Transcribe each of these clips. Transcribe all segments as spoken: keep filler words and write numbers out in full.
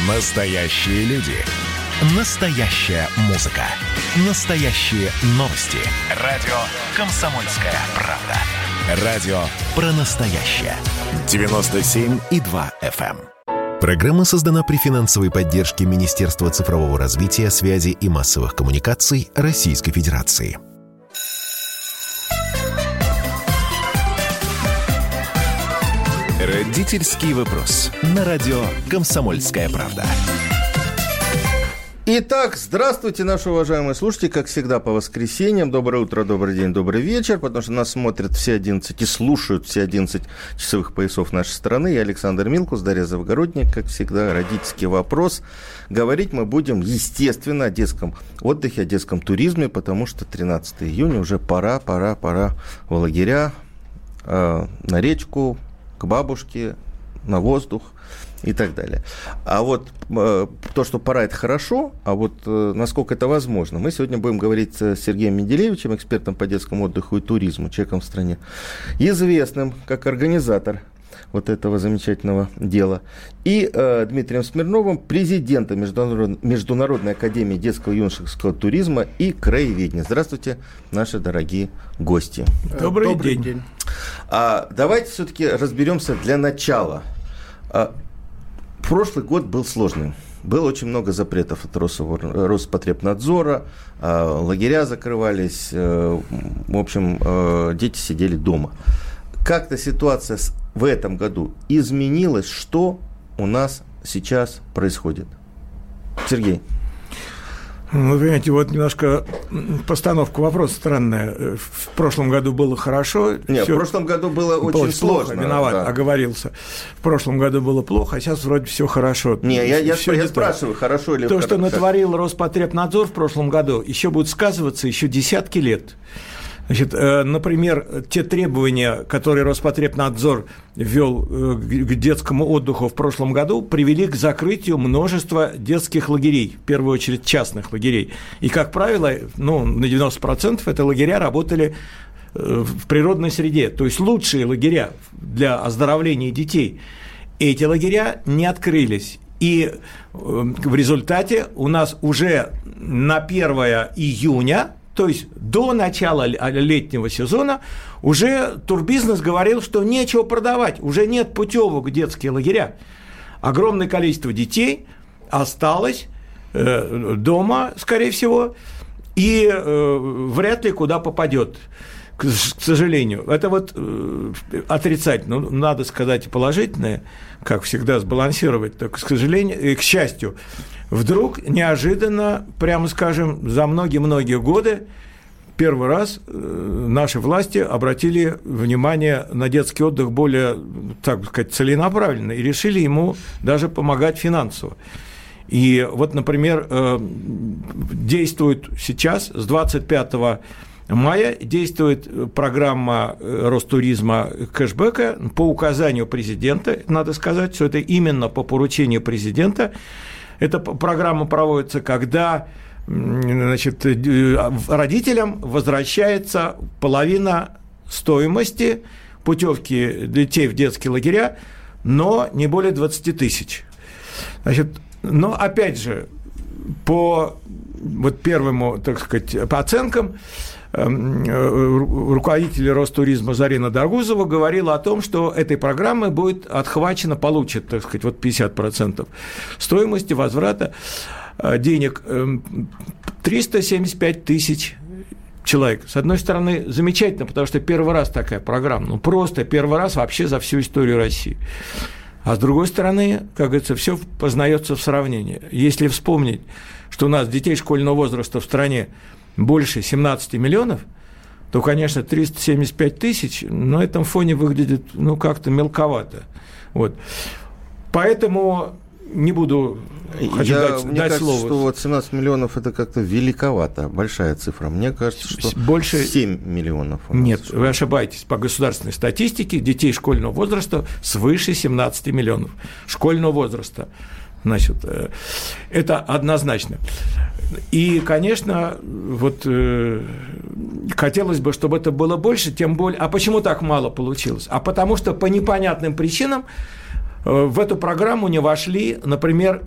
Настоящие люди. Настоящая музыка. Настоящие новости. Радио «Комсомольская правда». Радио про настоящее. девяносто семь и два эф эм. Программа создана при финансовой поддержке Министерства цифрового развития, связи и массовых коммуникаций Российской Федерации. Родительский вопрос. На радио «Комсомольская правда». Итак, здравствуйте, наши уважаемые слушатели, как всегда, по воскресеньям. Доброе утро, добрый день, добрый вечер, потому что нас смотрят все одиннадцать и слушают все одиннадцать часовых поясов нашей страны. Я Александр Милкус, Дарья Завгородник, как всегда, родительский вопрос. Говорить мы будем, естественно, о детском отдыхе, о детском туризме, потому что тринадцатого июня уже пора, пора, пора в лагеря, э, на речку, к бабушке, на воздух и так далее. А вот э, то, что пора, это хорошо, а вот э, насколько это возможно, мы сегодня будем говорить с Сергеем Менделеевичем, экспертом по детскому отдыху и туризму, человеком в стране, известным как организатор вот этого замечательного дела, и э, Дмитрием Смирновым, президентом Международ... Международной академии детского и юношеского туризма и краеведения. Здравствуйте, наши дорогие гости. Добрый, Добрый день. день. А, давайте все-таки разберемся для начала. А, прошлый год был сложным. Было очень много запретов от Роспотребнадзора, а, лагеря закрывались, а, в общем, а, дети сидели дома. Как-то ситуация в этом году изменилась? Что у нас сейчас происходит? Сергей. Вы понимаете, вот немножко постановка вопроса странная. В прошлом году было хорошо. Нет, в прошлом году было очень плохо, сложно. Виноват, да. оговорился. В прошлом году было плохо, а сейчас вроде все хорошо. Не, я, я, все я не спрашиваю, хорошо или То, хорошо. что натворил Роспотребнадзор в прошлом году, еще будет сказываться еще десятки лет. Значит, например, те требования, которые Роспотребнадзор ввел к детскому отдыху в прошлом году, привели к закрытию множества детских лагерей, в первую очередь частных лагерей. И, как правило, ну, на девяносто процентов это лагеря работали в природной среде, то есть лучшие лагеря для оздоровления детей. Эти лагеря не открылись. И в результате у нас уже на первое июня, то есть до начала летнего сезона, уже турбизнес говорил, что нечего продавать, уже нет путевок в детские лагеря. Огромное количество детей осталось э, дома, скорее всего, и э, вряд ли куда попадет, к, к сожалению. Это вот э, отрицательно, ну, надо сказать положительное, как всегда сбалансировать, так, к сожалению, и к счастью. Вдруг неожиданно, прямо скажем, за многие-многие годы первый раз наши власти обратили внимание на детский отдых более, так сказать, целенаправленно и решили ему даже помогать финансово. И вот, например, действует сейчас, с двадцать пятого мая, действует программа Ростуризма кэшбэка по указанию президента, надо сказать, что это именно по поручению президента. Эта программа проводится, когда, значит, родителям возвращается половина стоимости путевки детей в детские лагеря, но не более двадцать тысяч. Значит, но опять же, по вот первому, так сказать, по оценкам, руководитель Ростуризма Зарина Даргузова говорила о том, что этой программой будет отхвачено, получит, так сказать, вот пятьдесят процентов стоимости возврата денег триста семьдесят пять тысяч человек. С одной стороны, замечательно, потому что первый раз такая программа, ну просто первый раз вообще за всю историю России. А с другой стороны, как говорится, все познается в сравнении. Если вспомнить, что у нас детей школьного возраста в стране больше семнадцать миллионов, то, конечно, триста семьдесят пять тысяч на этом фоне выглядит, ну, как-то мелковато. Вот. Поэтому не буду, хочу Я, дать, мне дать кажется, слово. что вот семнадцать миллионов – это как-то великовато, большая цифра. Мне кажется, что больше... семь миллионов. У нас. Нет, вы ошибаетесь. По государственной статистике детей школьного возраста свыше семнадцать миллионов. Школьного возраста. Значит, это однозначно. И, конечно, вот э, хотелось бы, чтобы это было больше, тем более... А почему так мало получилось? А потому что по непонятным причинам в эту программу не вошли, например,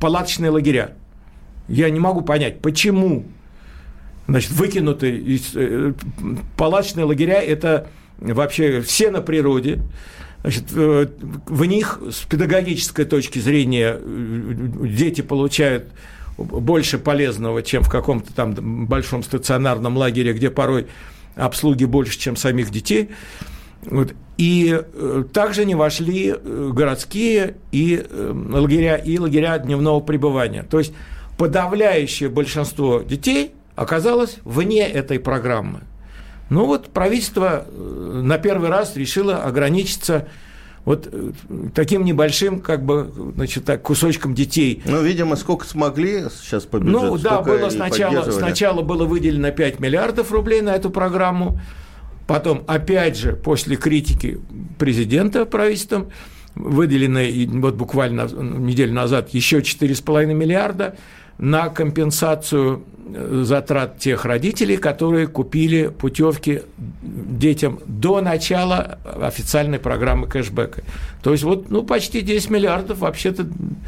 палаточные лагеря. Я не могу понять, почему, значит, выкинуты из, э, палаточные лагеря – это вообще все на природе. Значит, э, в них с педагогической точки зрения дети получают больше полезного, чем в каком-то там большом стационарном лагере, где порой обслуги больше, чем самих детей. Вот. И э, также не вошли городские и э, лагеря, и лагеря дневного пребывания. То есть подавляющее большинство детей оказалось вне этой программы. Ну вот правительство на первый раз решило ограничиться вот таким небольшим, как бы, значит, так, кусочком детей. Ну, видимо, сколько смогли сейчас по бюджету. Ну, да, было сначала, сначала было выделено пять миллиардов рублей на эту программу, потом, опять же, после критики президента правительством, выделено вот буквально неделю назад еще четыре с половиной миллиарда на компенсацию затрат тех родителей, которые купили путевки детям до начала официальной программы кэшбэка. То есть вот, ну, почти десять миллиардов вообще-то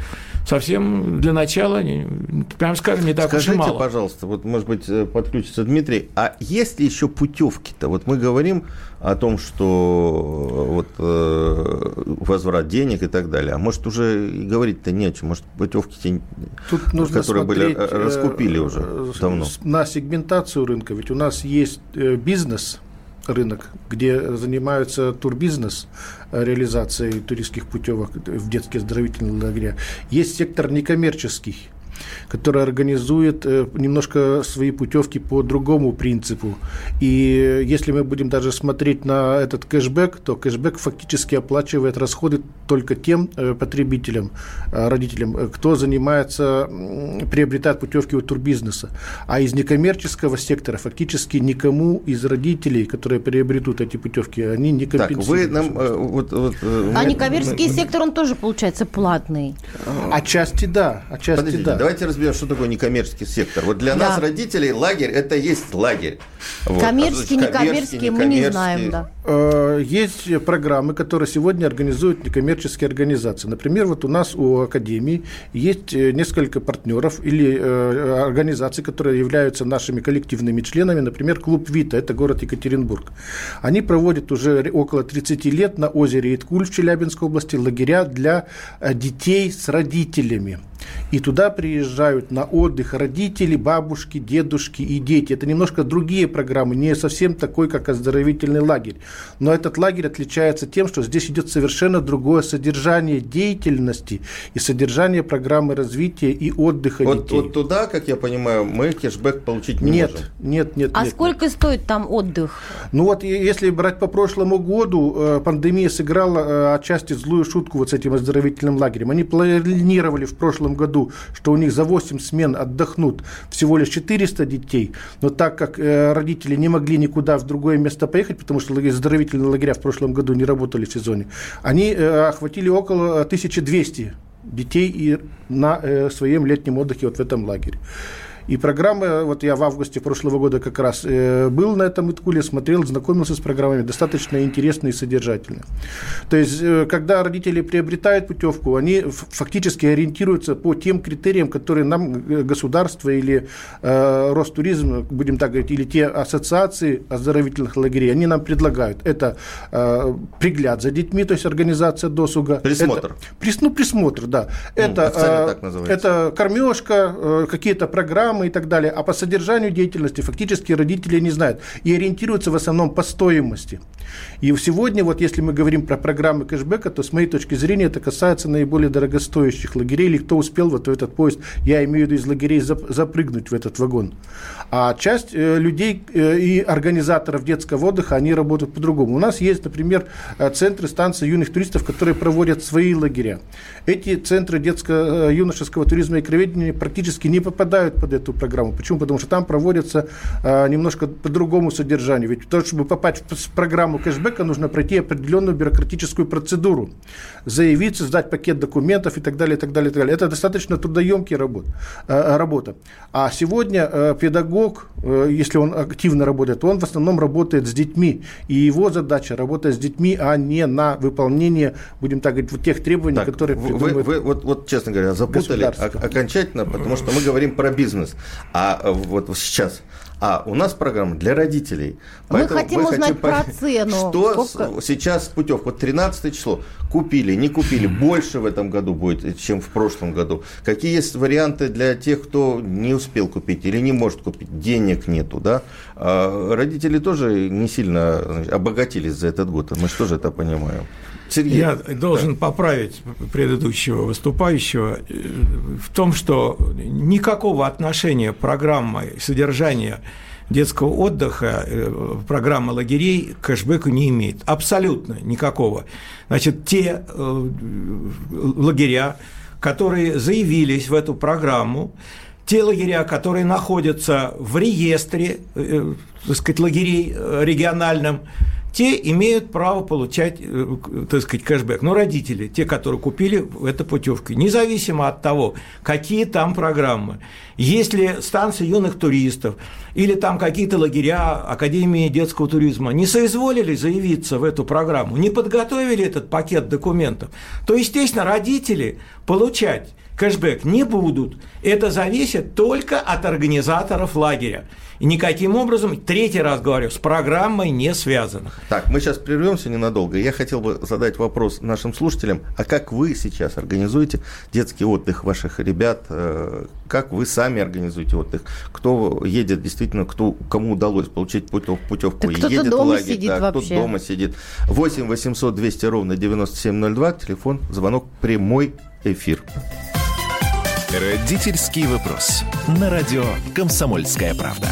совсем для начала, прям скажем, не так Скажите, уж и мало. Скажите, пожалуйста, вот, может быть, подключится Дмитрий, а есть ли еще путевки-то? Вот мы говорим о том, что вот, э, возврат денег и так далее, а может, уже и говорить-то не о чем, может, путевки те, Тут нужно которые были, раскупили э, уже давно. На сегментацию рынка, ведь у нас есть бизнес, рынок, где занимаются турбизнес, реализацией туристских путевок в детские оздоровительные лагеря. Есть сектор некоммерческий, который организует немножко свои путевки по другому принципу. И если мы будем даже смотреть на этот кэшбэк, то кэшбэк фактически оплачивает расходы только тем потребителям, родителям, кто занимается, приобретает путевки у турбизнеса. А из некоммерческого сектора фактически никому из родителей, которые приобретут эти путевки, они не компенсируют. Так, вы нам, вот, вот, а мы, некоммерческий мы, сектор, он тоже, получается, платный? Отчасти да, отчасти Подождите, да. Давайте разберем, что такое некоммерческий сектор. Вот для да. нас, родителей, лагерь – это есть лагерь. Вот. Коммерческий, а, некоммерческий, мы не знаем, да. Есть программы, которые сегодня организуют некоммерческие организации. Например, вот у нас у Академии есть несколько партнеров или организаций, которые являются нашими коллективными членами. Например, клуб «Вита», это город Екатеринбург. Они проводят уже около тридцать лет на озере Иткуль в Челябинской области лагеря для детей с родителями. И туда приезжают на отдых родители, бабушки, дедушки и дети. Это немножко другие программы, не совсем такой, как оздоровительный лагерь. Но этот лагерь отличается тем, что здесь идет совершенно другое содержание деятельности и содержание программы развития и отдыха вот, детей. Вот туда, как я понимаю, мы кэшбэк получить не нет, можем. Нет, нет, а нет. сколько нет. стоит там отдых? Ну вот, если брать по прошлому году, пандемия сыграла отчасти злую шутку вот с этим оздоровительным лагерем. Они планировали в прошлом году, что у них за восемь смен отдохнут всего лишь четыреста детей, но так как э, родители не могли никуда в другое место поехать, потому что оздоровительные лагеря в прошлом году не работали в сезоне, они э, охватили около тысяча двести детей и на э, своем летнем отдыхе вот в этом лагере. И программы, вот я в августе прошлого года как раз э, был на этом Иткуле, смотрел, знакомился с программами, достаточно интересные и содержательные. То есть, э, когда родители приобретают путевку, они фактически ориентируются по тем критериям, которые нам государство или э, Ростуризм, будем так говорить, или те ассоциации оздоровительных лагерей, они нам предлагают. Это э, пригляд за детьми, то есть организация досуга. Присмотр. Это, прис, ну, присмотр, да. Ну, это, официально так называется. Это кормежка, э, какие-то программы и так далее, а по содержанию деятельности фактически родители не знают и ориентируются в основном по стоимости. И сегодня, вот если мы говорим про программы кэшбэка, то с моей точки зрения это касается наиболее дорогостоящих лагерей, или кто успел вот в этот поезд, я имею в виду из лагерей, запрыгнуть в этот вагон. А часть э, людей э, и организаторов детского отдыха, они работают по-другому. У нас есть, например, центры, станции юных туристов, которые проводят свои лагеря. Эти центры детско-юношеского туризма и краеведения практически не попадают под эту эту программу. Почему? Потому что там проводится а, немножко по другому содержанию. Ведь то, чтобы попасть в программу кэшбэка, нужно пройти определенную бюрократическую процедуру. Заявиться, сдать пакет документов и так далее, и так далее, и так далее. Это достаточно трудоемкая работа. А, работа. А сегодня а, педагог, а, если он активно работает, он в основном работает с детьми. И его задача работать с детьми, а не на выполнение, будем так говорить, вот тех требований, так, которые придумывают. Вы, вы вот, вот, честно говоря, запутали окончательно, потому что мы говорим про бизнес. А вот сейчас... А у нас программа для родителей. Мы хотим мы узнать хотим про цену. Что Сколько? Сейчас путевка? Вот тринадцатое число. Купили, не купили. Больше в этом году будет, чем в прошлом году. Какие есть варианты для тех, кто не успел купить или не может купить? Денег нету, да? А родители тоже не сильно обогатились за этот год. Мы же тоже это понимаем. Сергей, я должен да. поправить предыдущего выступающего в том, что никакого отношения программа и содержание детского отдыха, программа лагерей к кэшбэку не имеет. Абсолютно никакого. Значит, те лагеря, которые заявились в эту программу, те лагеря, которые находятся в реестре, так сказать, лагерей региональном, те имеют право получать, так сказать, кэшбэк. Но родители, те, которые купили эту путевку, независимо от того, какие там программы, если станции юных туристов или там какие-то лагеря Академии детского туризма не соизволили заявиться в эту программу, не подготовили этот пакет документов, то, естественно, родители получать кэшбэк не будут. Это зависит только от организаторов лагеря. И никаким образом, третий раз говорю, с программой не связано. Так, мы сейчас прервемся ненадолго. Я хотел бы задать вопрос нашим слушателям. А как вы сейчас организуете детский отдых ваших ребят? Как вы сами организуете отдых? Кто едет действительно, кто, кому удалось получить путевку и едет в лагерь? Да, кто дома сидит. восемь восемьсот двести ровно девяносто семь ноль два, телефон, звонок, прямой эфир. Родительский вопрос. На радио «Комсомольская правда».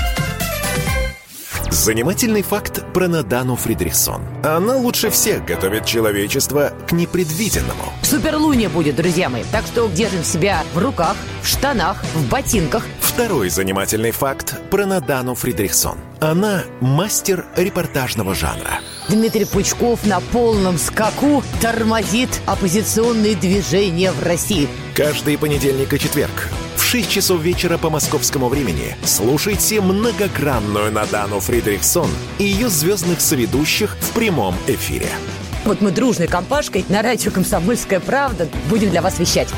Занимательный факт про Надану Фридрихсон. Она лучше всех готовит человечество к непредвиденному. Суперлуния будет, друзья мои. Так что держим себя в руках, в штанах, в ботинках. Второй занимательный факт про Надану Фридрихсон. Она мастер репортажного жанра. Дмитрий Пучков на полном скаку тормозит оппозиционные движения в России. Каждый понедельник и четверг в шесть часов вечера по московскому времени слушайте многогранную Надану Фридрихсон и ее звездных соведущих в прямом эфире. Вот мы дружной компашкой на радио «Комсомольская правда» будем для вас вещать.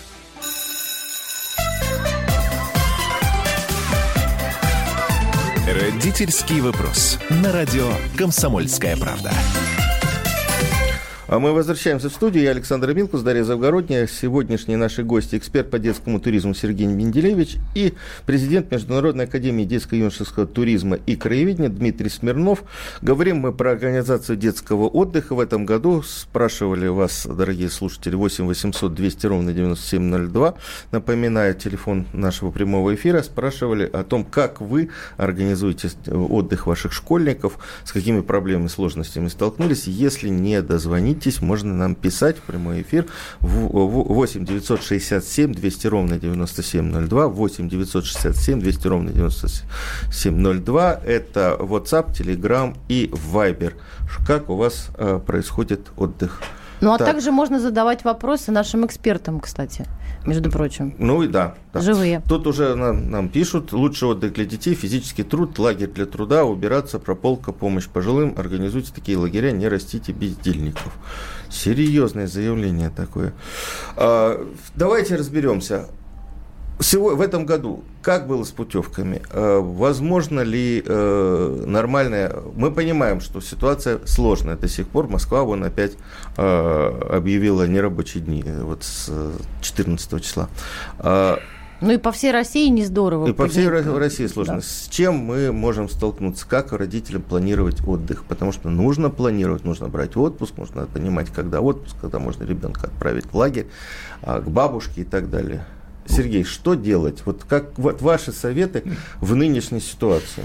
Родительский вопрос. На радио «Комсомольская правда». А мы возвращаемся в студию. Я Александр Милкус, Дарья Завгородняя. Сегодняшние наши гости – эксперт по детскому туризму Сергей Менделевич и президент Международной академии детско-юношеского туризма и краеведения Дмитрий Смирнов. Говорим мы про организацию детского отдыха в этом году. Спрашивали вас, дорогие слушатели, восемь восемьсот двести ровно девяносто семь ноль два. Напоминаю, телефон нашего прямого эфира. Спрашивали о том, как вы организуете отдых ваших школьников, с какими проблемами и сложностями столкнулись. Если не дозвонить, можно нам писать в прямой эфир восемь девятьсот шестьдесят семь двести ровно девяносто семь ноль два, восемь девятьсот шестьдесят семь двести ровно девяносто семь ноль два. Это WhatsApp, Telegram и Viber. Как у вас э, происходит отдых? Ну, а так. также можно задавать вопросы нашим экспертам, кстати, между прочим. Ну и да. да. Живые. Тут уже нам, нам пишут: лучший отдых для детей, физический труд, лагерь для труда, убираться, прополка, помощь пожилым. Организуйте такие лагеря, не растите бездельников. Серьезное заявление такое. А, давайте разберемся. Всего в этом году как было с путевками? Возможно ли э, нормальная... Мы понимаем, что ситуация сложная до сих пор. Москва вон опять э, объявила нерабочие дни вот с четырнадцатого числа. Ну и по всей России не здорово. И по всей России сложно. Да. С чем мы можем столкнуться? Как родителям планировать отдых? Потому что нужно планировать, нужно брать отпуск, нужно понимать, когда отпуск, когда можно ребенка отправить в лагерь, к бабушке и так далее. Сергей, что делать? Вот как вот ваши советы в нынешней ситуации?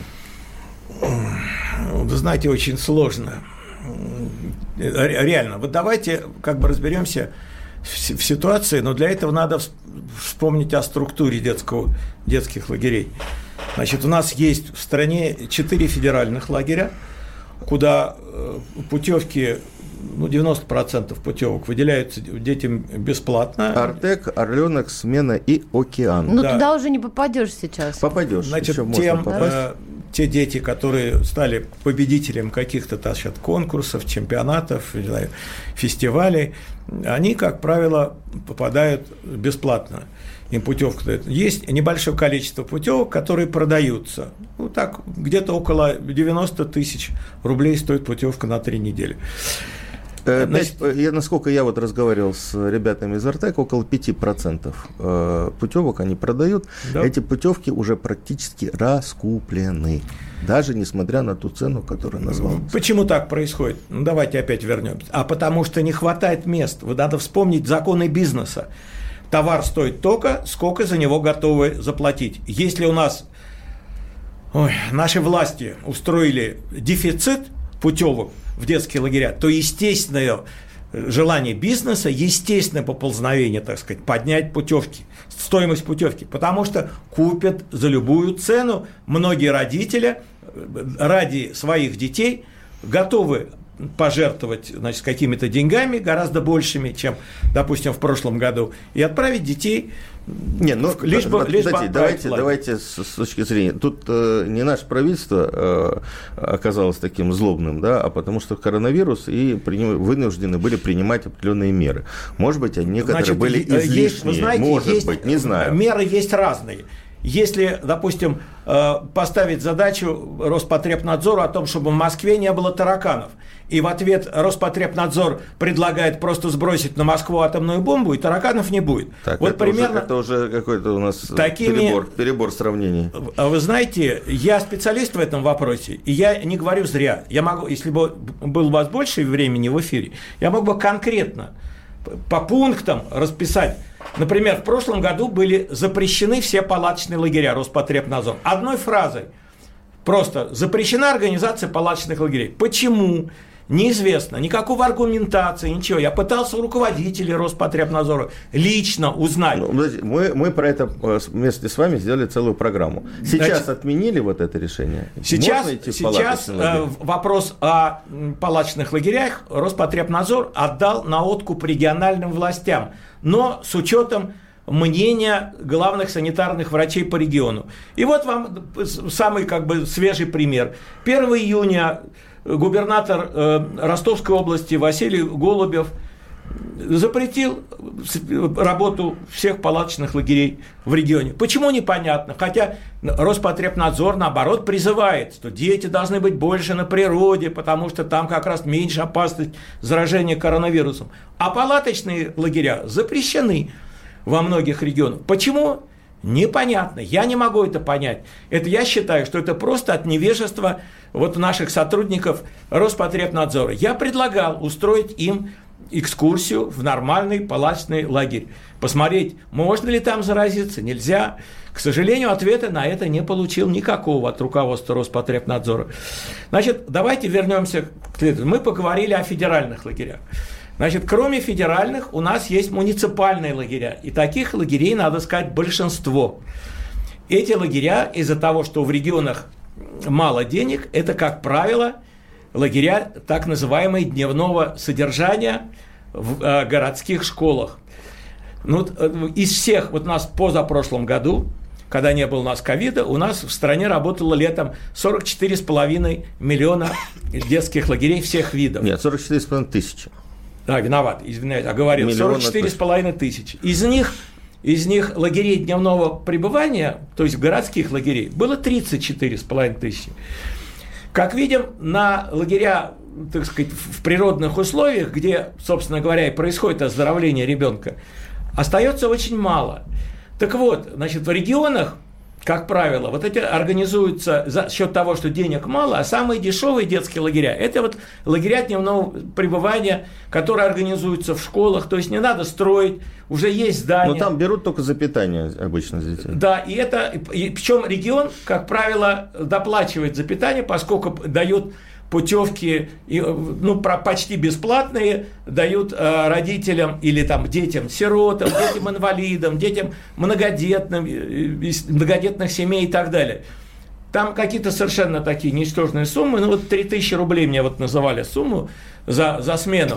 Вы знаете, очень сложно. Реально. Вот давайте как бы разберемся в, в ситуации, но для этого надо вспомнить о структуре детского, детских лагерей. Значит, у нас есть в стране четыре федеральных лагеря, куда путевки, ну, девяносто процентов путевок выделяются детям бесплатно. Артек, Орленок, Смена и Океан. Ну, да. Туда уже не попадешь сейчас. Попадешь. Значит, еще тем, можно попасть. э, те дети, которые стали победителем каких-то значит, конкурсов, чемпионатов, не знаю, фестивалей, они, как правило, попадают бесплатно. Им путевку дают. Есть небольшое количество путевок, которые продаются. Ну, так, где-то около девяносто тысяч рублей стоит путевка на три недели. Значит, я, насколько я вот разговаривал с ребятами из Артек, около пять процентов путевок они продают. Да. Эти путевки уже практически раскуплены, даже несмотря на ту цену, которую назвал. Почему так происходит? Ну, давайте опять вернемся. А потому что не хватает мест. Вы надо вспомнить законы бизнеса. Товар стоит только, сколько за него готовы заплатить. Если у нас ой, наши власти устроили дефицит путевок в детские лагеря, то естественное желание бизнеса, естественное поползновение, так сказать, поднять путевки, стоимость путевки, потому что купят за любую цену. Многие родители ради своих детей готовы пожертвовать, значит, какими-то деньгами гораздо большими, чем, допустим, в прошлом году, и отправить детей. Не, ну, лишь бы, лишь бы давайте, давайте с, с точки зрения. Тут э, не наше правительство э, оказалось таким злобным, да, а потому что коронавирус, и приним, вынуждены были принимать определенные меры. Может быть, они некоторые Значит, были излишние, есть, вы знаете, может есть, быть, не знаю. Меры есть разные. Если, допустим, поставить задачу Роспотребнадзору о том, чтобы в Москве не было тараканов, и в ответ Роспотребнадзор предлагает просто сбросить на Москву атомную бомбу, и тараканов не будет. Так, вот это, примерно уже, это уже какой-то у нас такими... перебор, перебор сравнений. Вы знаете, я специалист в этом вопросе, и я не говорю зря. Я могу, если бы было у вас больше времени в эфире, я мог бы конкретно по пунктам расписать. Например, в прошлом году были запрещены все палаточные лагеря, Роспотребнадзор. Одной фразой. Просто запрещена организация палаточных лагерей. Почему? Неизвестно. Никакого аргументации, ничего. Я пытался у руководителей Роспотребнадзора лично узнать. Ну, мы, мы про это вместе с вами сделали целую программу. Сейчас Значит, отменили вот это решение? Сейчас, сейчас э, вопрос о палаточных лагерях Роспотребнадзор отдал на откуп региональным властям, но с учетом мнения главных санитарных врачей по региону. И вот вам самый как бы свежий пример. первого июня губернатор э, Ростовской области Василий Голубев запретил работу всех палаточных лагерей в регионе. Почему, непонятно. Хотя Роспотребнадзор, наоборот, призывает, что дети должны быть больше на природе, потому что там как раз меньше опасность заражения коронавирусом. А палаточные лагеря запрещены во многих регионах. Почему? Непонятно. Я не могу это понять. Это я считаю, что это просто от невежества вот наших сотрудников Роспотребнадзора. Я предлагал устроить им экскурсию в нормальный палаточный лагерь. Посмотреть, можно ли там заразиться, нельзя. К сожалению, ответа на это не получил никакого от руководства Роспотребнадзора. Значит, давайте вернемся к следующему. Мы поговорили о федеральных лагерях. Значит, кроме федеральных, у нас есть муниципальные лагеря. И таких лагерей, надо сказать, большинство. Эти лагеря, из-за того, что в регионах мало денег, это, как правило, лагеря так называемые дневного содержания в э, городских школах. Ну, из всех, вот у нас позапрошлом году, когда не было у нас ковида, у нас в стране работало летом сорок четыре с половиной миллиона детских лагерей всех видов. Нет, сорок четыре с половиной тысячи. А, виноват, извиняюсь, оговорил. сорок четыре с половиной тысячи. Из них, из них лагерей дневного пребывания, то есть городских лагерей, было тридцать четыре с половиной тысячи. Как видим, на лагеря, так сказать, в природных условиях, где, собственно говоря, и происходит оздоровление ребенка, остается очень мало. Так вот, значит, в регионах, как правило, вот эти организуются за счет того, что денег мало, а самые дешевые детские лагеря – это вот лагеря дневного пребывания, которые организуются в школах, то есть не надо строить, уже есть здания. Но там берут только за питание обычно с детей. Да, и это, и, причем регион, как правило, доплачивает за питание, поскольку дает путевки, ну, почти бесплатные, дают родителям или там детям сиротам, детям инвалидам, детям многодетным, из многодетных семей и так далее. Там какие-то совершенно такие ничтожные суммы. Ну, вот три тысячи рублей мне вот называли сумму за, за смену.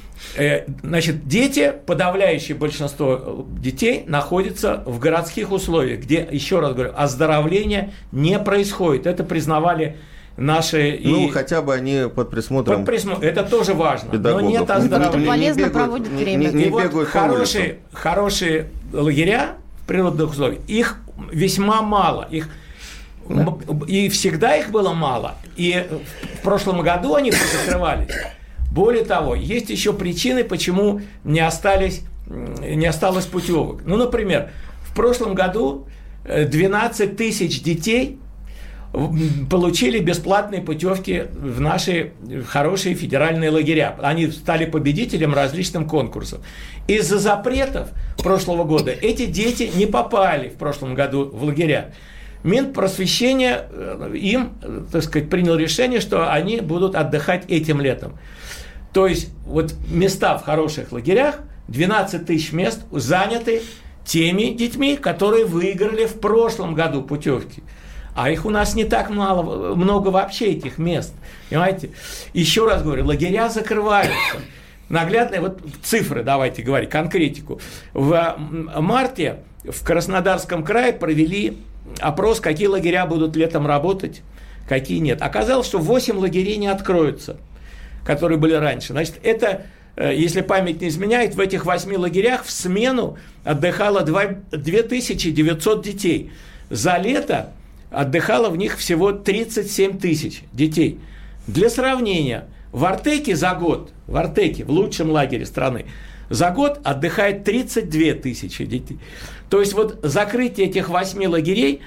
Значит, дети, подавляющее большинство детей находятся в городских условиях, где, еще раз говорю, оздоровление не происходит. Это признавали наши... Ну, и... хотя бы они под присмотром... Под присмотром. Это тоже важно, педагогов. Но нет оздоровления. Это полезно бегают, проводит не, время. Не, не и вот бегают хорошие, хорошие лагеря в природных условиях, их весьма мало. Их... Да. И всегда их было мало. И в прошлом году они закрывались. Более того, есть еще причины, почему не, остались, не осталось путевок. Ну, например, в прошлом году двенадцать тысяч детей получили бесплатные путевки в наши хорошие федеральные лагеря. Они стали победителем различных конкурсов. Из-за запретов прошлого года эти дети не попали в прошлом году в лагеря. Минпросвещение им, так сказать, принял решение, что они будут отдыхать этим летом. То есть вот места в хороших лагерях, двенадцать тысяч мест заняты теми детьми, которые выиграли в прошлом году путевки. А их у нас не так мало, много вообще этих мест. Понимаете? Еще раз говорю, лагеря закрываются. Наглядные вот цифры, давайте говорить, конкретику. В марте в Краснодарском крае провели опрос, какие лагеря будут летом работать, какие нет. Оказалось, что восемь лагерей не откроются, которые были раньше. Значит, это, если память не изменяет, в этих восьми лагерях в смену отдыхало две тысячи девятьсот детей. За лето отдыхало в них всего тридцать семь тысяч детей. Для сравнения, в Артеке за год, в Артеке, в лучшем лагере страны, за год отдыхает тридцать две тысячи детей. То есть вот закрытие этих восьми лагерей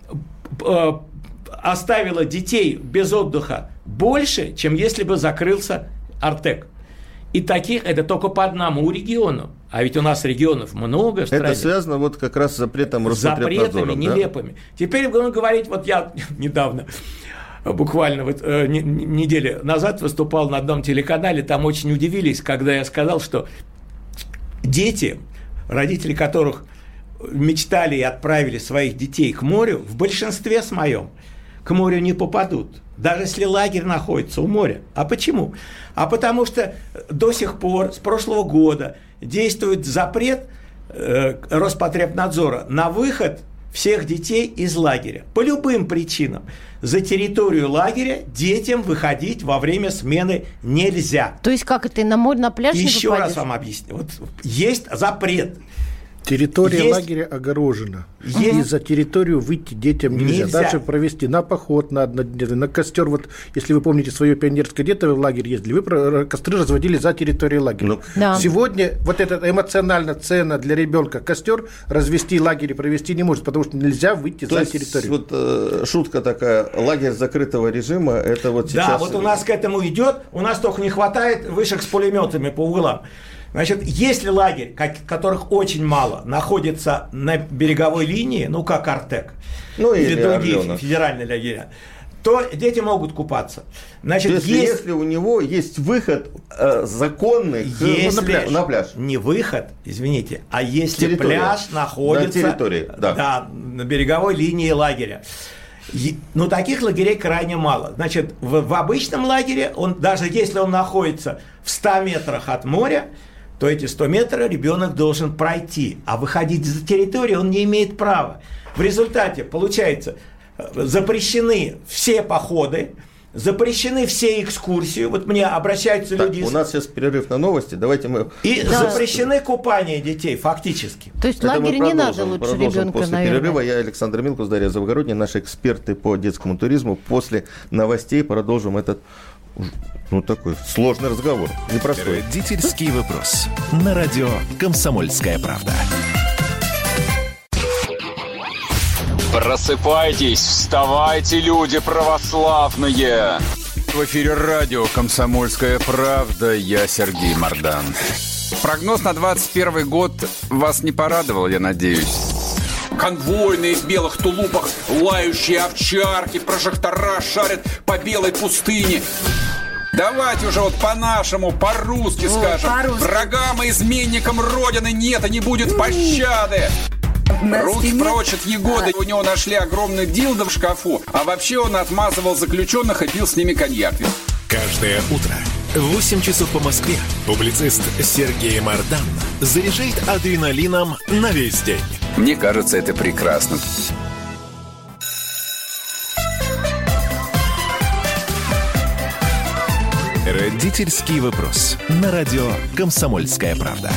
э, оставило детей без отдыха больше, чем если бы закрылся Артек. И таких, это только по одному региону. А ведь у нас регионов много в стране. Это связано вот как раз с запретом Роспотребнадзора. Запретами нелепыми. Да? Теперь будем говорить, вот я недавно, буквально вот, э, не, неделю назад выступал на одном телеканале, там очень удивились, когда я сказал, что дети, родители которых мечтали и отправили своих детей к морю, в большинстве своем к морю не попадут, даже если лагерь находится у моря. А почему? А потому что до сих пор, с прошлого года, действует запрет э, Роспотребнадзора на выход всех детей из лагеря. По любым причинам. За территорию лагеря детям выходить во время смены нельзя. То есть как это, на море, на пляж не Еще выпадешь? раз вам объясню. Вот есть запрет. Территория Есть... лагеря огорожена. Есть... И за территорию выйти детям нельзя. Нельзя. Даже провести на поход, на, на, на костер. Вот, если вы помните, свое пионерское детство, в лагерь ездили, вы костры разводили за территорией лагеря. Ну, да. Сегодня вот это эмоционально ценно для ребенка костер развести лагерь и провести не может, потому что нельзя выйти То за есть, территорию. Вот э, шутка такая, лагерь закрытого режима, это вот сейчас... Да, вот у нас к этому идет, у нас только не хватает вышек с пулеметами по углам. Значит, если лагерь, которых очень мало, находится на береговой линии, ну, как Артек, ну, или, или другие Орленок. федеральные лагеря, то дети могут купаться. Значит, если, есть... если у него есть выход э, законный к, если на, пляж, на пляж. Не выход, извините, а если Территория. пляж находится на, территории, да. Да, на береговой линии лагеря. Но таких лагерей крайне мало. Значит, в, в обычном лагере, он, даже если он находится в ста метрах от моря, то эти сто метров ребенок должен пройти, а выходить за территорию он не имеет права. В результате, получается, запрещены все походы, запрещены все экскурсии. Вот мне обращаются так, люди... У нас сейчас перерыв на новости, давайте мы... И да. запрещены купания детей, фактически. То есть Это лагерь не надо лучше продолжим ребенка, после наверное. перерыва. Я Александр Милкус, Дарья Завгородняя, наши эксперты по детскому туризму. После новостей продолжим этот... Ну, такой сложный разговор, непростой. Родительский вопрос. На радио «Комсомольская правда». Просыпайтесь, вставайте, люди православные! В эфире радио «Комсомольская правда». Я Сергей Мордан. Прогноз на двадцать первый год вас не порадовал, я надеюсь. Конвойные в белых тулупах, лающие овчарки, прожектора шарят по белой пустыне. Давайте уже вот по-нашему, по-русски О, скажем. По-русски. Врагам и изменникам Родины нет и не будет пощады. Руки прочь от Егоды. У него нашли огромный дилдо в шкафу. А вообще он отмазывал заключенных и пил с ними коньяк. Каждое утро в восемь часов по Москве публицист Сергей Мардан заряжает адреналином на весь день. Мне кажется, это прекрасно. Родительский вопрос. На радио «Комсомольская правда».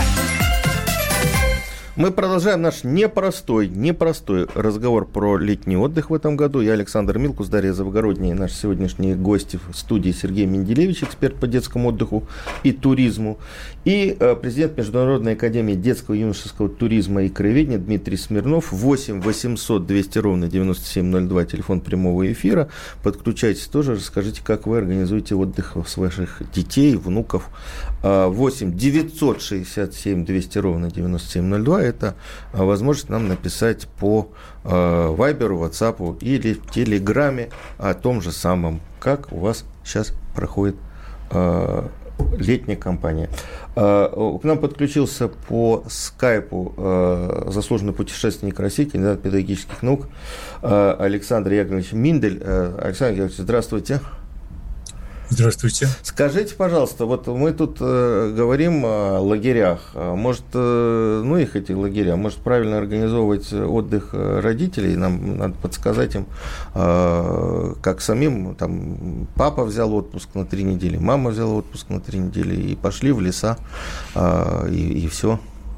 Мы продолжаем наш непростой, непростой разговор про летний отдых в этом году. Я Александр Милкус, Дарья Завгородняя, наши сегодняшние гости в студии Сергей Менделевич, эксперт по детскому отдыху и туризму, и э, президент Международной академии детского и юношеского туризма и краеведения Дмитрий Смирнов. восемь восемьсот двести ровно девяносто семь ноль два, телефон прямого эфира. Подключайтесь тоже, расскажите, как вы организуете отдых с ваших детей, внуков. восемь девятьсот шестьдесят семь двести ровно девяносто семь ноль два. Это возможность нам написать по э, Вайберу, Ватсапу или в Телеграме о том же самом, как у вас сейчас проходит э, летняя кампания. Э, к нам подключился по скайпу э, заслуженный путешественник России, кандидат педагогических наук э, Александр Яковлевич Миндель. Э, Александр Яковлевич, здравствуйте. Здравствуйте. Скажите, пожалуйста, вот мы тут э, говорим о лагерях. Может, э, ну их эти лагеря, может правильно организовывать отдых родителей? Нам надо подсказать им, э, как самим. Там папа взял отпуск на три недели, мама взяла отпуск на три недели и пошли в леса, э, и, и все.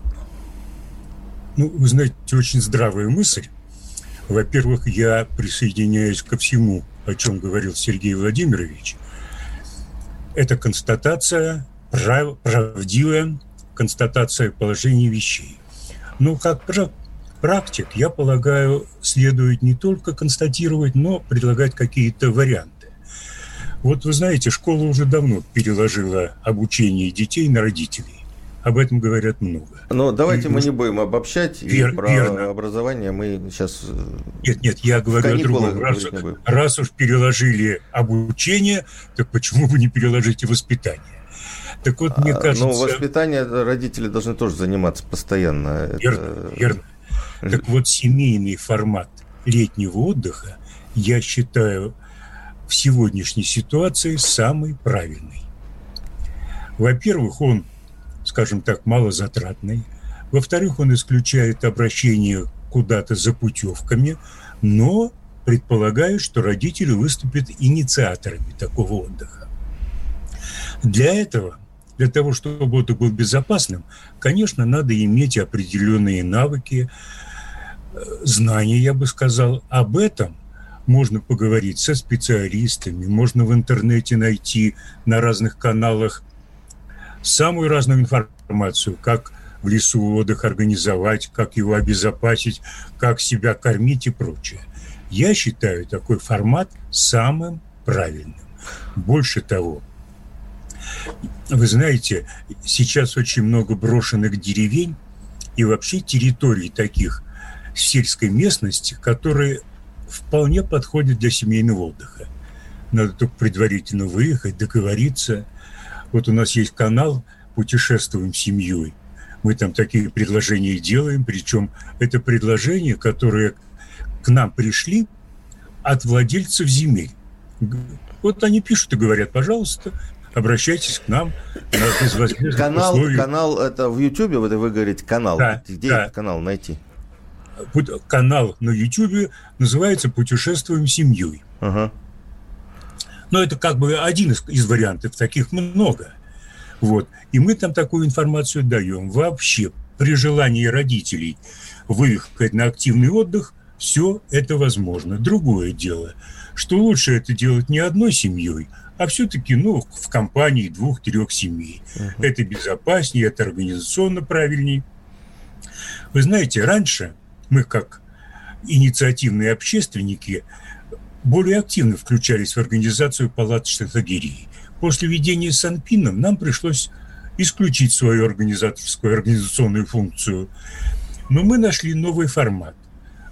Ну, вы знаете, очень здравая мысль. Во-первых, я присоединяюсь ко всему, о чем говорил Сергей Владимирович. Это констатация, прав, правдивая констатация положения вещей. Но как практик, я полагаю, следует не только констатировать, но предлагать какие-то варианты. Вот вы знаете, школа уже давно переложила обучение детей на родителей. Об этом говорят много. Но давайте и, мы не будем обобщать. Вер, и про верно. Образование мы сейчас... Нет, нет, я говорю о другом. Раз, раз уж переложили обучение, так почему бы не переложить и воспитание? Так вот, мне кажется... Ну, воспитание родители должны тоже заниматься постоянно. Верно, Это... верно. Так вот, семейный формат летнего отдыха, я считаю, в сегодняшней ситуации самый правильный. Во-первых, он, скажем так, малозатратный. Во-вторых, он исключает обращение куда-то за путевками, но предполагает, что родители выступят инициаторами такого отдыха. Для этого, для того, чтобы отдых был безопасным, конечно, надо иметь определенные навыки, знания, я бы сказал. Об этом можно поговорить со специалистами, можно в интернете найти на разных каналах самую разную информацию, как в лесу отдых организовать, как его обезопасить, как себя кормить и прочее. Я считаю такой формат самым правильным. Больше того, вы знаете, сейчас очень много брошенных деревень и вообще территорий таких в сельской местности, которые вполне подходят для семейного отдыха. Надо только предварительно выехать, договориться. Вот у нас есть канал «Путешествуем с семьей». Мы там такие предложения делаем, причем это предложения, которые к нам пришли от владельцев земель. Вот они пишут и говорят: пожалуйста, обращайтесь к нам на безвозмездных канал, условиях. Канал, это в Ютьюбе, вот вы говорите, канал. Да, где да. этот канал найти? Канал на Ютьюбе называется «Путешествуем с семьей». Ага. Но это как бы один из, из вариантов, таких много. Вот. И мы там такую информацию даем. Вообще, при желании родителей выехать на активный отдых, все это возможно. Другое дело, что лучше это делать не одной семьей, а все-таки, ну, в компании двух-трех семей. Uh-huh. Это безопаснее, это организационно правильней. Вы знаете, раньше мы, как инициативные общественники, более активно включались в организацию палаточных лагерей. После введения Санпином нам пришлось исключить свою организаторскую, организационную функцию. Но мы нашли новый формат.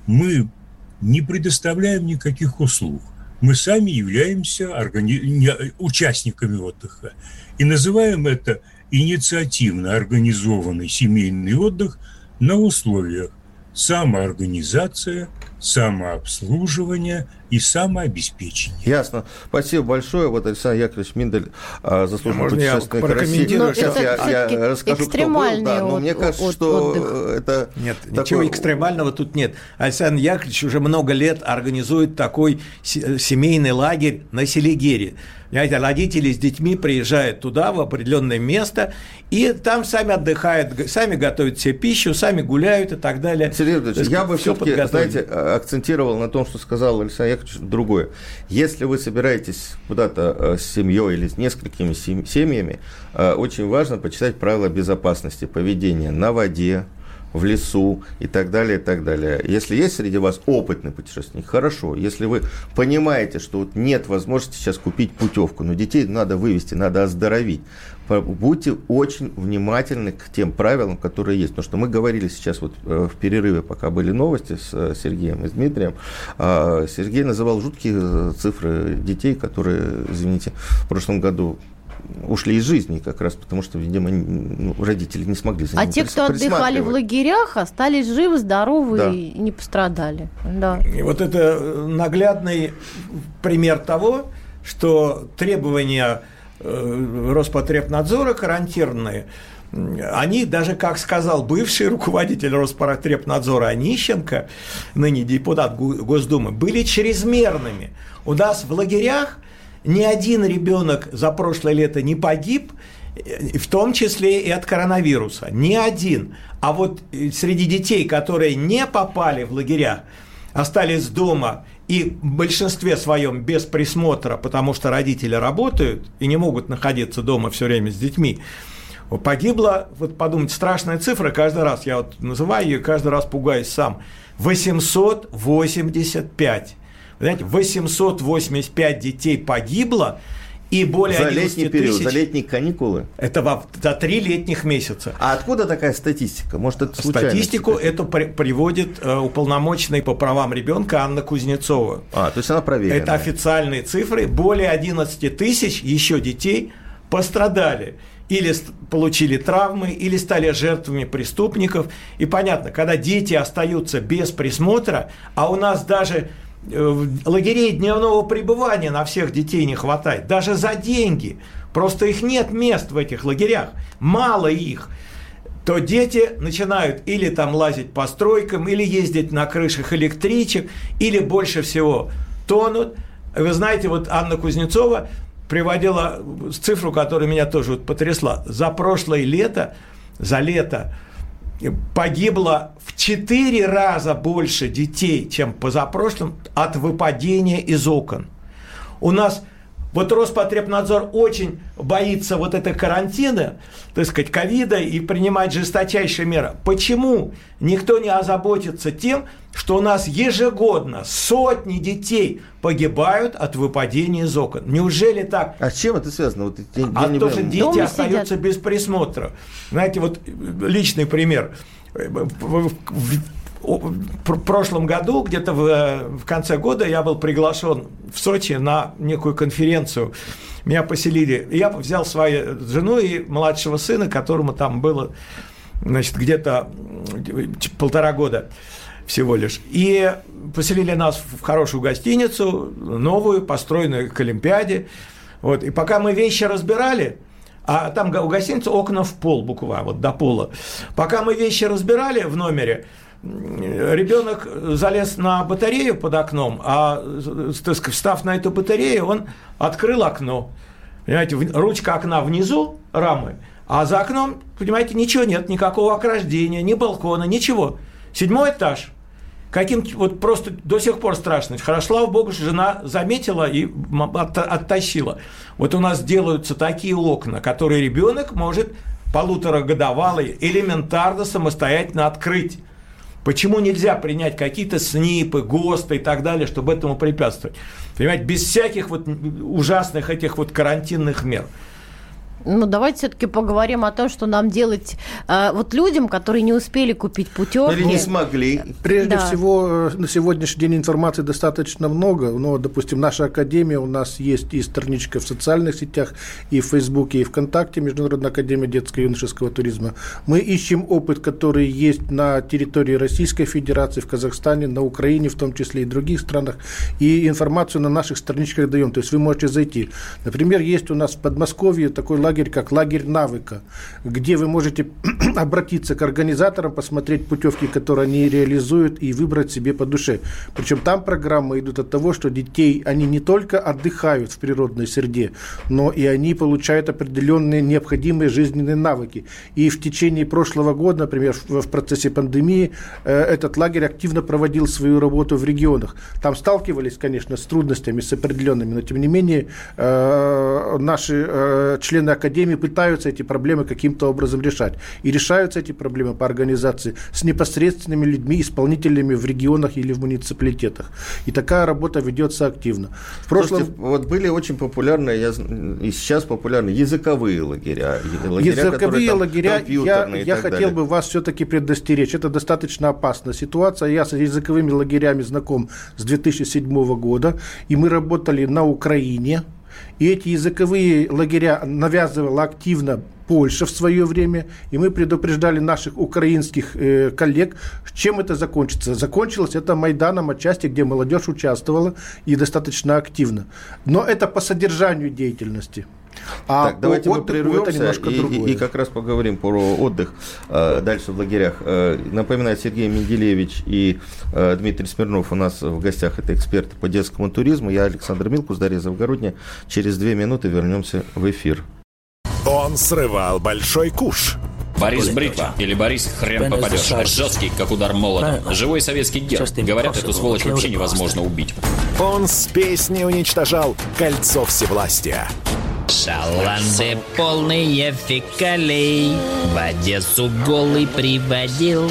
мы не предоставляем никаких услуг. Мы сами являемся органи... участниками отдыха. И называем это инициативно организованный семейный отдых на условиях самоорганизация, самообслуживание и самообеспечение. Ясно. Спасибо большое. Вот Александр Яковлевич Миндель, заслуженный путешественник России. Сейчас я, я расскажу, кто был. Да, но мне кажется, от, что отдых. Это... Нет, такой... ничего экстремального тут нет. Александр Яковлевич уже много лет организует такой семейный лагерь на Селигере. Понимаете, родители с детьми приезжают туда, в определенное место, и там сами отдыхают, сами готовят себе пищу, сами гуляют и так далее. Сергей Ильич, я бы все-таки, знаете, акцентировал на том, что сказал Александр Яковлевич, другое. Если вы собираетесь куда-то с семьей или с несколькими семьями, очень важно почитать правила безопасности поведения на воде, в лесу и так далее, и так далее. Если есть среди вас опытный путешественник, хорошо. Если вы понимаете, что вот нет возможности сейчас купить путевку, но детей надо вывести, надо оздоровить, будьте очень внимательны к тем правилам, которые есть. Потому что мы говорили сейчас вот в перерыве, пока были новости с Сергеем и с Дмитрием, Сергей называл жуткие цифры детей, которые, извините, в прошлом году ушли из жизни как раз потому, что, видимо, ну, родители не смогли за ними А те, кто отдыхали в лагерях, остались живы, здоровы да. и не пострадали. Да. И вот это наглядный пример того, что требования Роспотребнадзора карантинные, они даже, как сказал бывший руководитель Роспотребнадзора Онищенко, ныне депутат Госдумы, были чрезмерными. У нас в лагерях ни один ребенок за прошлое лето не погиб, в том числе и от коронавируса. Ни один. А вот среди детей, которые не попали в лагеря, остались дома и в большинстве своем без присмотра, потому что родители работают и не могут находиться дома все время с детьми, погибло, вот подумайте, страшная цифра, каждый раз я вот называю ее, каждый раз пугаюсь сам, восемьсот восемьдесят пять. Знаете, восемьсот восемьдесят пять детей погибло, и более за летний период, тысяч... за летние каникулы? Это во... за три летних месяца. А откуда такая статистика? Может, это случайно? Статистику эту при... приводит э, уполномоченный по правам ребенка Анна Кузнецова. А, то есть она проверена. Это официальные цифры. Более одиннадцать тысяч еще детей пострадали. Или получили травмы, или стали жертвами преступников. И понятно, когда дети остаются без присмотра, а у нас даже лагерей дневного пребывания на всех детей не хватает, даже за деньги, просто их нет мест в этих лагерях, мало их, то дети начинают или там лазить по стройкам, или ездить на крышах электричек, или больше всего тонут. Вы знаете, вот Анна Кузнецова приводила цифру, которая меня тоже вот потрясла. За прошлое лето, за лето погибло в четыре раза больше детей, чем позапрошлым, от выпадения из окон. У нас вот Роспотребнадзор очень боится вот этой карантина, так сказать, ковида, и принимает жесточайшие меры. Почему никто не озаботится тем, что у нас ежегодно сотни детей погибают от выпадения из окон? Неужели так? А с чем это связано? Вот, я, а я то, что дети Дома остаются сидят. без присмотра. Знаете, вот личный пример. В, в, в прошлом году, где-то в, в конце года, я был приглашен в Сочи на некую конференцию. Меня поселили. Я взял свою жену и младшего сына, которому там было, значит, где-то полтора года всего лишь. И поселили нас в хорошую гостиницу, новую, построенную к Олимпиаде. Вот. И пока мы вещи разбирали, а там у гостиницы окна в пол буквально, вот до пола. Пока мы вещи разбирали в номере, ребенок залез на батарею под окном, а, так сказать, встав на эту батарею, он открыл окно. Понимаете, ручка окна внизу рамы, а за окном, понимаете, ничего нет, никакого ограждения, ни балкона, ничего. Седьмой этаж. Каким вот просто до сих пор страшно. Хорошо, слава богу, что жена заметила и оттащила. Вот у нас делаются такие окна, которые ребенок может полуторагодовалый элементарно самостоятельно открыть. Почему нельзя принять какие-то СНИПы, ГОСТы и так далее, чтобы этому препятствовать? Понимаете, без всяких вот ужасных этих вот карантинных мер. Ну, давайте все-таки поговорим о том, что нам делать э, вот людям, которые не успели купить путевки. Или не смогли. Прежде да. всего, на сегодняшний день информации достаточно много. Но, допустим, наша академия, у нас есть и страничка в социальных сетях, и в Фейсбуке, и ВКонтакте, Международная академия детского и юношеского туризма. Мы ищем опыт, который есть на территории Российской Федерации, в Казахстане, на Украине, в том числе и в других странах, и информацию на наших страничках даем. То есть вы можете зайти. Например, есть у нас в Подмосковье такой лагерь, как лагерь навыка, где вы можете обратиться к организаторам, посмотреть путевки, которые они реализуют, и выбрать себе по душе. Причем там программы идут от того, что детей, они не только отдыхают в природной среде, но и они получают определенные необходимые жизненные навыки. И в течение прошлого года, например, в, в процессе пандемии, э, этот лагерь активно проводил свою работу в регионах. Там сталкивались, конечно, с трудностями, с определенными, но тем не менее э, наши э, члены академии пытаются эти проблемы каким-то образом решать. И решаются эти проблемы по организации с непосредственными людьми, исполнителями в регионах или в муниципалитетах. И такая работа ведется активно. В прошлом... Слушайте, вот были очень популярные, я, и сейчас популярны языковые лагеря. лагеря языковые там, лагеря, я, я хотел далее. бы вас все-таки предостеречь. Это достаточно опасная ситуация. Я с языковыми лагерями знаком с две тысячи седьмого года, и мы работали на Украине. И эти языковые лагеря навязывала активно Польша в свое время, и мы предупреждали наших украинских э, коллег, чем это закончится. Закончилось это Майданом отчасти, где молодежь участвовала и достаточно активно. Но это по содержанию деятельности. А так, давайте мы прервемся и, и, и как раз поговорим про отдых э, дальше в лагерях. Э, напоминаю, Сергей Менделеевич и э, Дмитрий Смирнов у нас в гостях. Это эксперты по детскому туризму. Я Александр Милкус, Дарья Завгородняя. Через две минуты вернемся в эфир. Он срывал большой куш. Борис Бритва или Борис хрен попадешь. Жесткий, как удар молотом. Живой советский герб. Говорят, эту сволочь вообще невозможно убить. Он с песней уничтожал кольцо всевластия. Шаланды полные фекалей в Одессу голый приводил.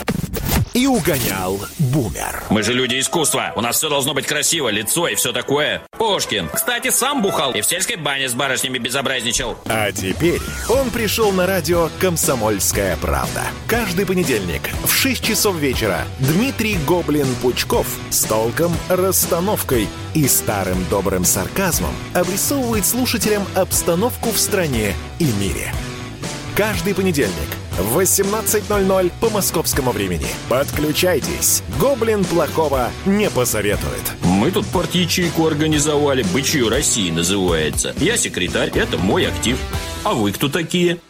И угонял бумер. Мы же люди искусства. У нас все должно быть красиво, лицо и все такое. Пушкин, кстати, сам бухал и в сельской бане с барышнями безобразничал. А теперь он пришел на радио «Комсомольская правда». Каждый понедельник в шесть часов вечера Дмитрий Гоблин-Пучков с толком, расстановкой и старым добрым сарказмом обрисовывает слушателям обстановку в стране и мире. Каждый понедельник в восемнадцать ноль ноль по московскому времени. Подключайтесь. Гоблин плохого не посоветует. Мы тут парт-ячейку организовали. «Бычью России» называется. Я секретарь, это мой актив. А вы кто такие?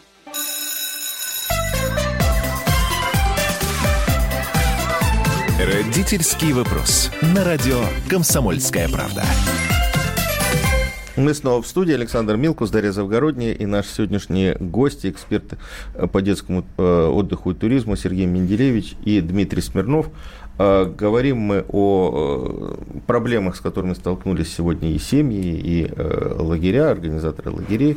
Родительский вопрос. На радио «Комсомольская правда». Мы снова в студии. Александр Милкус, Дарья Завгородняя и наши сегодняшние гости, эксперты по детскому отдыху и туризму Сергей Менделеевич и Дмитрий Смирнов. Говорим мы о проблемах, с которыми столкнулись сегодня и семьи, и лагеря, организаторы лагерей,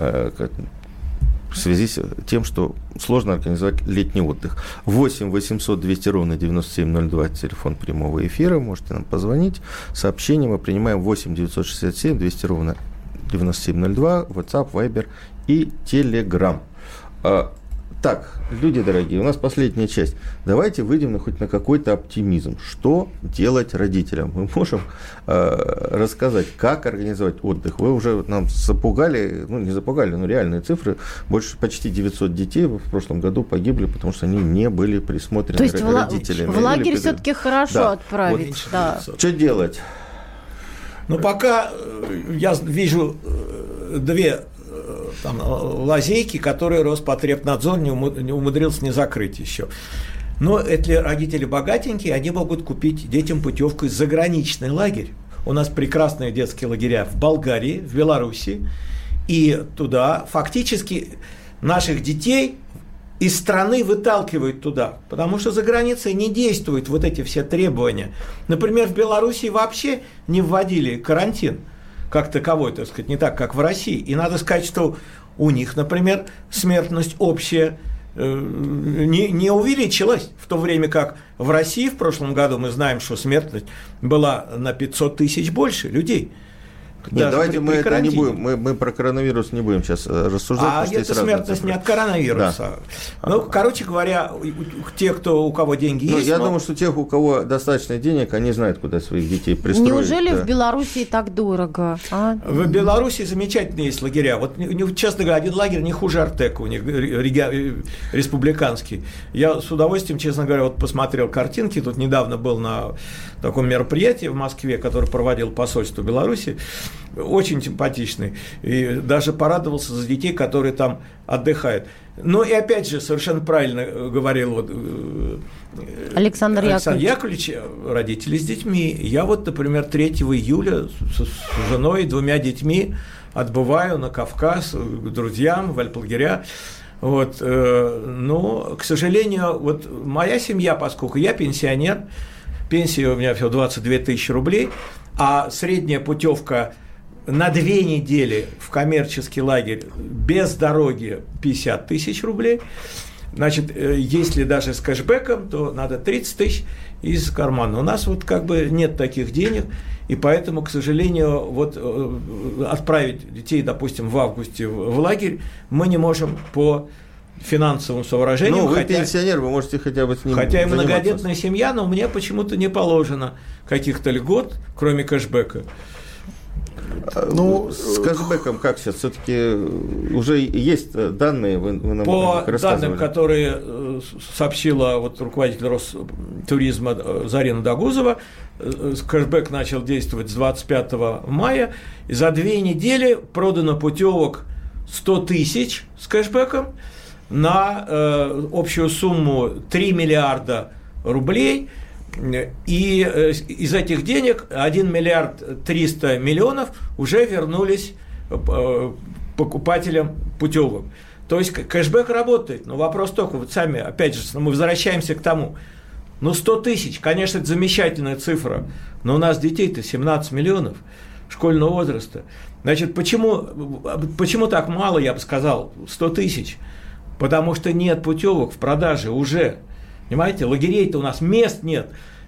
в связи с тем, что сложно организовать летний отдых. восемь восемьсот двести ровно девяносто семь ноль два, телефон прямого эфира, можете нам позвонить. Сообщение мы принимаем восемь девятьсот шестьдесят семь двести ровно девяносто семь ноль два, WhatsApp, Viber и Telegram. Так, люди дорогие, у нас последняя часть. Давайте выйдем на, хоть на какой-то оптимизм. Что делать родителям? Мы можем э, рассказать, как организовать отдых. Вы уже нам запугали, ну не запугали, но реальные цифры. Больше почти девятьсот детей в прошлом году погибли, потому что они не были присмотрены То есть родителями. В лагерь все-таки хорошо да. отправить. Вот. Да. Что делать? Ну, пока я вижу две там, лазейки, которые Роспотребнадзор не умудрился не закрыть еще. Но если родители богатенькие, они могут купить детям путевку в заграничный лагерь. У нас прекрасные детские лагеря в Болгарии, в Беларуси. И туда фактически наших детей из страны выталкивают туда, потому что за границей не действуют вот эти все требования. Например, в Беларуси вообще не вводили карантин как таковой, так сказать, не так, как в России. И надо сказать, что у них, например, смертность общая э, не, не увеличилась, в то время как в России в прошлом году мы знаем, что смертность была на пятьсот тысяч больше людей. Нет, давайте при, мы при это не будем, мы, мы про коронавирус не будем сейчас рассуждать. А это смертность не от коронавируса. Да. Ну, короче говоря, те, кто, у кого деньги ну, есть... Я но... думаю, что тех, у кого достаточно денег, они знают, куда своих детей пристроить. Неужели да. в Белоруссии так дорого? А? В Белоруссии замечательные есть лагеря. Вот, честно говоря, один лагерь не хуже Артека у них, республиканский. Я с удовольствием, честно говоря, вот посмотрел картинки. Тут недавно был на таком мероприятии в Москве, которое проводил посольство Беларуси. Очень симпатичный. И даже порадовался за детей, которые там отдыхают. Ну и опять же, совершенно правильно говорил вот, Александр, Александр Яковлевич. Яковлевич, родители с детьми. Я вот, например, третьего июля с, с женой и двумя детьми отбываю на Кавказ к друзьям в альплагеря. Вот, э, но, к сожалению, вот моя семья, поскольку я пенсионер, пенсия у меня всего двадцать две тысячи рублей, а средняя путевка на две недели в коммерческий лагерь без дороги пятьдесят тысяч рублей. Значит, если даже с кэшбэком, то надо тридцать тысяч из кармана. У нас вот как бы нет таких денег, и поэтому, к сожалению, вот отправить детей, допустим, в августе в лагерь мы не можем по финансовым соображениям. Ну, вы хотя, пенсионер, вы можете хотя бы с ним Хотя и заниматься. Многодетная семья, но мне почему-то не положено каких-то льгот, кроме кэшбэка. Ну, с кэшбэком как сейчас? Все-таки уже есть данные, вы, вы нам По рассказывали. данным, которые сообщила вот руководитель Ростуризма Зарина Дагузова, кэшбэк начал действовать с двадцать пятого мая, и за две недели продано путевок сто тысяч с кэшбэком на э, общую сумму три миллиарда рублей. И из этих денег один миллиард триста миллионов уже вернулись покупателям путевок. То есть кэшбэк работает, но вопрос только, вот сами, опять же, мы возвращаемся к тому, ну сто тысяч, конечно, это замечательная цифра, но у нас детей-то семнадцать миллионов школьного возраста. Значит, почему, почему так мало, я бы сказал, сто тысяч? Потому что нет путевок в продаже уже. Понимаете, лагерей-то у нас мест нет.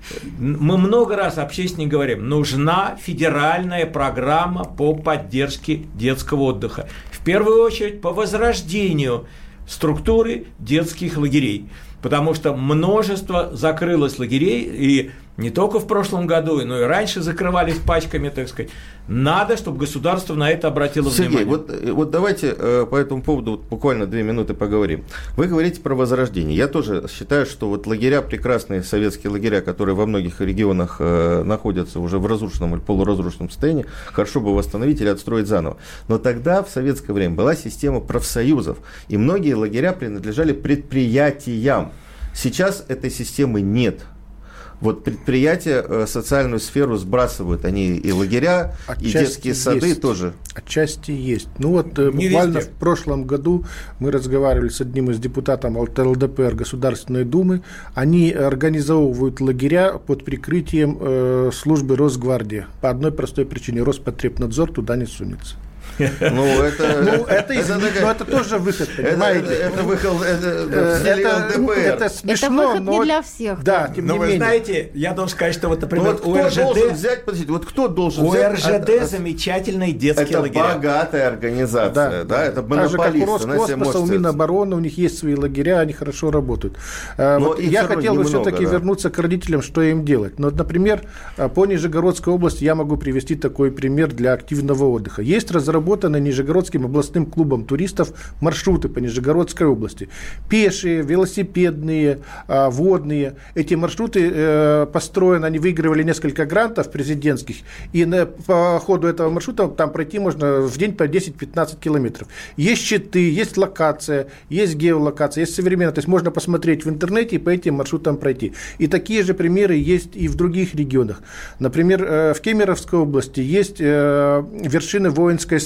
Мы много раз общественники говорим, нужна федеральная программа по поддержке детского отдыха. В первую очередь по возрождению структуры детских лагерей. Потому что множество закрылось лагерей, и не только в прошлом году, но и раньше закрывались пачками, так сказать. Надо, чтобы государство на это обратило Сергей, внимание. Сергей, вот, вот давайте э, по этому поводу вот буквально две минуты поговорим. Вы говорите про возрождение. Я тоже считаю, что вот лагеря, прекрасные советские лагеря, которые во многих регионах э, находятся уже в разрушенном или полуразрушенном состоянии, хорошо бы восстановить или отстроить заново. Но тогда, в советское время, была система профсоюзов, и многие лагеря принадлежали предприятиям. Сейчас этой системы нет. Вот предприятия социальную сферу сбрасывают, они и лагеря, отчасти и детские сады есть. Тоже. Отчасти есть. Ну вот не буквально везде. В прошлом году мы разговаривали с одним из депутатов эл дэ пэ эр Государственной Думы. Они организовывают лагеря под прикрытием э, службы Росгвардии. По одной простой причине. Роспотребнадзор туда не сунется. Ну, это, ну, это, это, такая, но это тоже выход, понимаете? Это, это выход это, это, это, это смешно, это выход но... не для всех. Да, тем но не вы менее. знаете, я должен сказать, что вот, например, вот кто у эр жэ дэ... должен взять, подождите, вот кто должен у взять... эр жэ дэ замечательные детские это лагеря. Это богатая организация, да, да, это монополист. Так же, как у Роскосмоса, у Минобороны, у них есть свои лагеря, они хорошо работают. Вот я хотел бы все-таки да. вернуться к родителям, что им делать. Ну, например, по Нижегородской области я могу привести такой пример для активного отдыха. Есть разработаны Нижегородским областным клубом туристов маршруты по Нижегородской области. Пешие, велосипедные, водные. Эти маршруты построены, они выигрывали несколько грантов президентских, и по ходу этого маршрута там пройти можно в день по десять-пятнадцать километров. Есть щиты, есть локация, есть геолокация, есть современная. То есть можно посмотреть в интернете и по этим маршрутам пройти. И такие же примеры есть и в других регионах. Например, в Кемеровской области есть вершины воинской славы.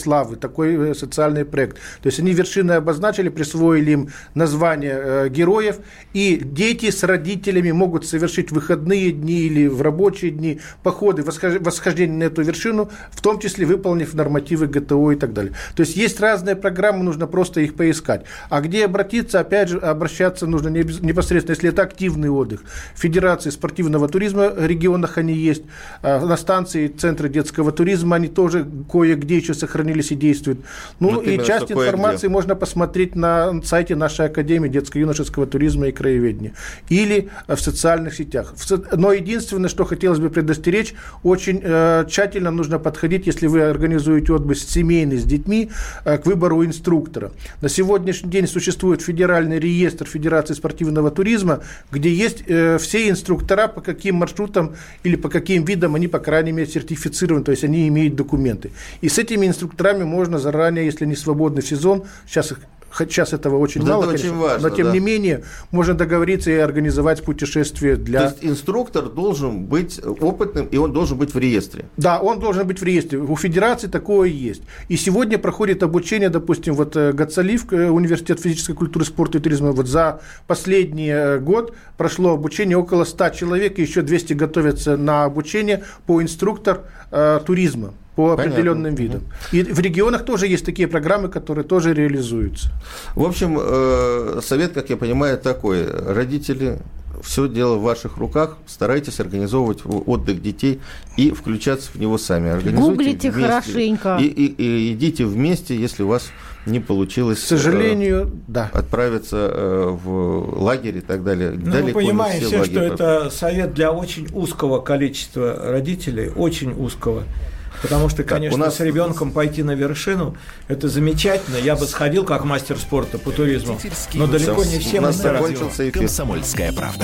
славы, такой социальный проект. То есть они вершины обозначили, присвоили им название э, героев, и дети с родителями могут совершить в выходные дни или в рабочие дни походы, восхождение на эту вершину, в том числе выполнив нормативы ГТО и так далее. То есть есть разные программы, нужно просто их поискать. А где обратиться, опять же, обращаться нужно непосредственно, если это активный отдых. В Федерации спортивного туризма в регионах они есть, на станции Центра детского туризма они тоже кое-где еще сохранились и действуют. Ну вот и часть информации можно посмотреть на сайте нашей Академии детско-юношеского туризма и краеведения или в социальных сетях. Но единственное, что хотелось бы предостеречь, очень э, тщательно нужно подходить, если вы организуете отдых семейный с детьми, э, к выбору инструктора. На сегодняшний день существует федеральный реестр Федерации спортивного туризма, где есть э, все инструктора, по каким маршрутам или по каким видам они, по крайней мере, сертифицированы, то есть они имеют документы. И с этими инструкторами можно заранее, если не свободный сезон, сейчас их Сейчас этого очень да, мало, это конечно, очень важно, но тем да. не менее можно договориться и организовать путешествие для... То есть инструктор должен быть опытным, и он должен быть в реестре? Да, он должен быть в реестре. У Федерации такое есть. И сегодня проходит обучение, допустим, вот ГАЦАЛИФ, Университет физической культуры, спорта и туризма, вот за последний год прошло обучение около ста человек, и еще двести готовятся на обучение по инструктор э, туризма. По Понятно. Определенным видам. И в регионах тоже есть такие программы, которые тоже реализуются. В общем, совет, как я понимаю, такой. Родители, все дело в ваших руках. Старайтесь организовывать отдых детей и включаться в него сами. Гуглите хорошенько. И, и, и идите вместе, если у вас не получилось, к сожалению, да. отправиться в лагерь и так далее. Ну, вы понимаете, что это совет для очень узкого количества родителей, очень узкого. Потому что, конечно, нас... с ребенком пойти на вершину – это замечательно. Я бы сходил как мастер спорта по туризму, но далеко не все мастера. «Комсомольская правда».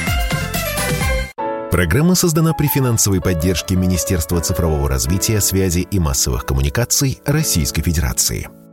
Программа создана при финансовой поддержке Министерства цифрового развития, связи и массовых коммуникаций Российской Федерации.